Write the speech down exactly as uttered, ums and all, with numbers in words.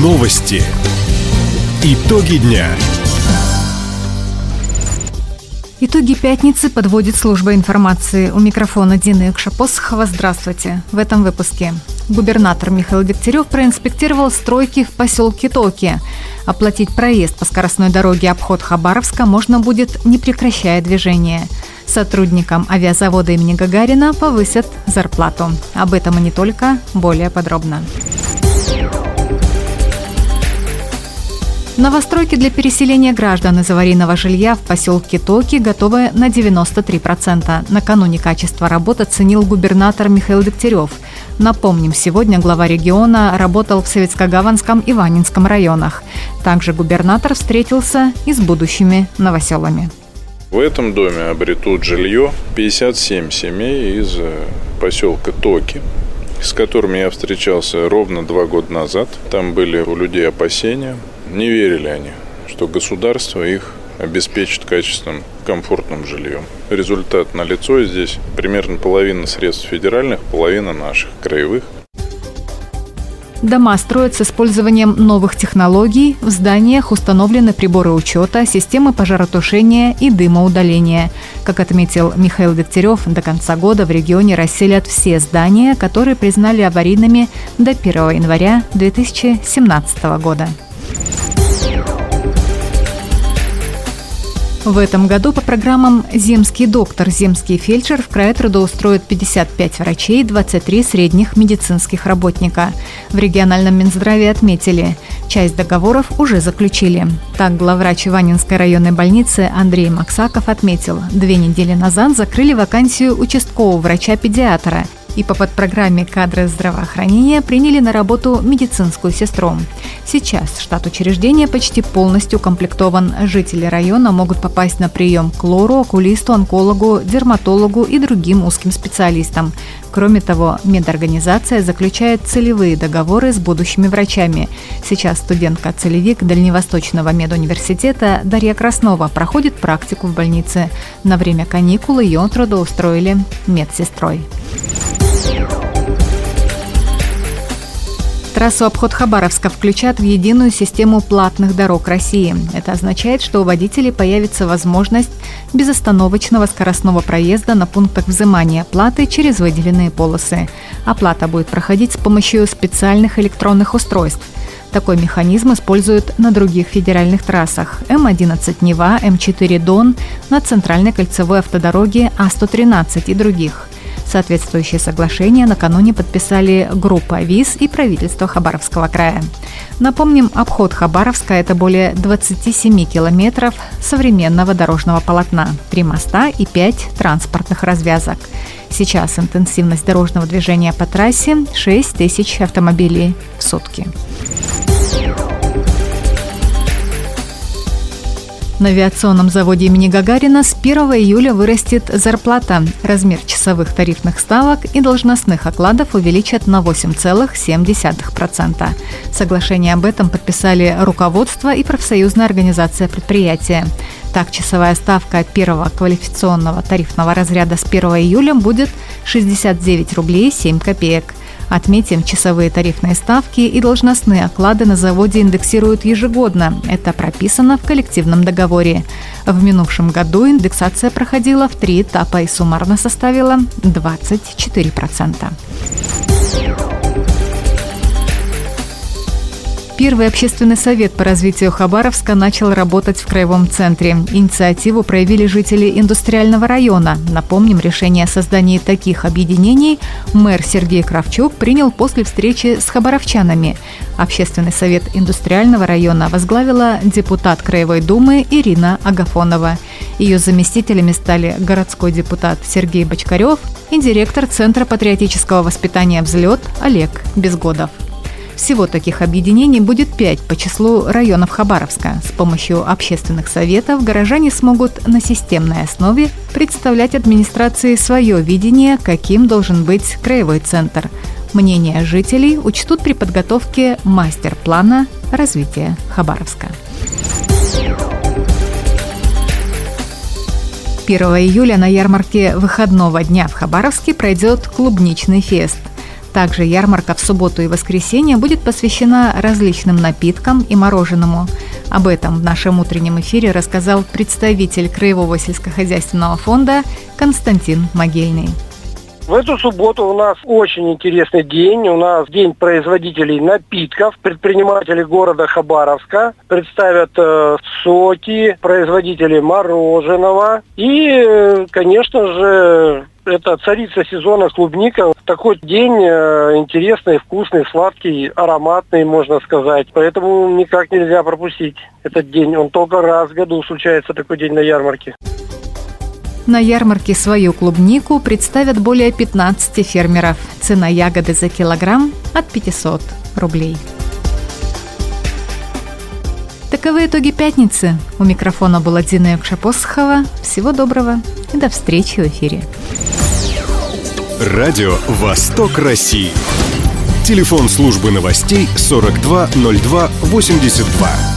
Новости. Итоги дня. Итоги пятницы подводит служба информации. У микрофона Дина Юкшапосхова. Здравствуйте. В этом выпуске. Губернатор Михаил Дегтярев проинспектировал стройки в поселке Токи. Оплатить проезд по скоростной дороге обход Хабаровска можно будет, не прекращая движение. Сотрудникам авиазавода имени Гагарина повысят зарплату. Об этом и не только, более подробно. Новостройки для переселения граждан из аварийного жилья в поселке Токи готовы на девяносто три процента. Накануне качество работ оценил губернатор Михаил Дегтярев. Напомним, сегодня глава региона работал в Советско-Гаванском и Ванинском районах. Также губернатор встретился и с будущими новоселами. В этом доме обретут жилье пятьдесят семь семей из поселка Токи, с которыми я встречался ровно два года назад. Там были у людей опасения. Не верили они, что государство их обеспечит качественным, комфортным жильем. Результат налицо. Здесь примерно половина средств федеральных, половина наших, краевых. Дома строят с использованием новых технологий. В зданиях установлены приборы учета, системы пожаротушения и дымоудаления. Как отметил Михаил Дегтярев, до конца года в регионе расселят все здания, которые признали аварийными до первого января две тысячи семнадцатого года. В этом году по программам «Земский доктор», «Земский фельдшер» в крае трудоустроят пятьдесят пять врачей и двадцать три средних медицинских работника. В региональном Минздраве отметили, часть договоров уже заключили. Так, главврач Ванинской районной больницы Андрей Максаков отметил, две недели назад закрыли вакансию участкового врача-педиатра. И по подпрограмме «Кадры здравоохранения» приняли на работу медицинскую сестру. Сейчас штат учреждения почти полностью укомплектован. Жители района могут попасть на прием к лору, окулисту, онкологу, дерматологу и другим узким специалистам. Кроме того, медорганизация заключает целевые договоры с будущими врачами. Сейчас студентка-целевик Дальневосточного медуниверситета Дарья Краснова проходит практику в больнице. На время каникул ее трудоустроили медсестрой. Трассу обход Хабаровска включат в единую систему платных дорог России. Это означает, что у водителей появится возможность безостановочного скоростного проезда на пунктах взимания платы через выделенные полосы. Оплата будет проходить с помощью специальных электронных устройств. Такой механизм используют на других федеральных трассах: эм одиннадцать Нева, эм четыре Дон, на центральной кольцевой автодороге А сто тринадцать и других. Соответствующее соглашение накануне подписали группа ВИЗ и правительство Хабаровского края. Напомним, обход Хабаровска – это более двадцать семь километров современного дорожного полотна, три моста и пять транспортных развязок. Сейчас интенсивность дорожного движения по трассе – шесть тысяч автомобилей в сутки. На авиационном заводе имени Гагарина с первого июля вырастет зарплата. Размер часовых тарифных ставок и должностных окладов увеличат на восемь целых семь десятых процента. Соглашение об этом подписали руководство и профсоюзная организация предприятия. Так, часовая ставка первого квалификационного тарифного разряда с первого июля будет шестьдесят девять рублей семь копеек. Отметим, часовые тарифные ставки и должностные оклады на заводе индексируют ежегодно. Это прописано в коллективном договоре. В минувшем году индексация проходила в три этапа и суммарно составила двадцать четыре процента. Первый общественный совет по развитию Хабаровска начал работать в краевом центре. Инициативу проявили жители индустриального района. Напомним, решение о создании таких объединений мэр Сергей Кравчук принял после встречи с хабаровчанами. Общественный совет индустриального района возглавила депутат Краевой думы Ирина Агафонова. Ее заместителями стали городской депутат Сергей Бочкарев и директор Центра патриотического воспитания «Взлет» Олег Безгодов. Всего таких объединений будет пять по числу районов Хабаровска. С помощью общественных советов горожане смогут на системной основе представлять администрации свое видение, каким должен быть краевой центр. Мнения жителей учтут при подготовке мастер-плана развития Хабаровска. первого июля на ярмарке выходного дня в Хабаровске пройдет клубничный фест. Также ярмарка в субботу и воскресенье будет посвящена различным напиткам и мороженому. Об этом в нашем утреннем эфире рассказал представитель Краевого сельскохозяйственного фонда Константин Могильный. В эту субботу у нас очень интересный день. У нас день производителей напитков. Предприниматели города Хабаровска представят э, соки, производители мороженого. И, э, конечно же, это царица сезона клубника. Такой день э, интересный, вкусный, сладкий, ароматный, можно сказать. Поэтому никак нельзя пропустить этот день. Он только раз в году случается, такой день на ярмарке. На ярмарке свою клубнику представят более пятнадцати фермеров. Цена ягоды за килограмм от пятисот рублей. Таковы итоги пятницы. У микрофона была Дина Якшапосхова. Всего доброго и до встречи в эфире. Радио «Восток России». Телефон службы новостей сорок два ноль два восемьдесят два.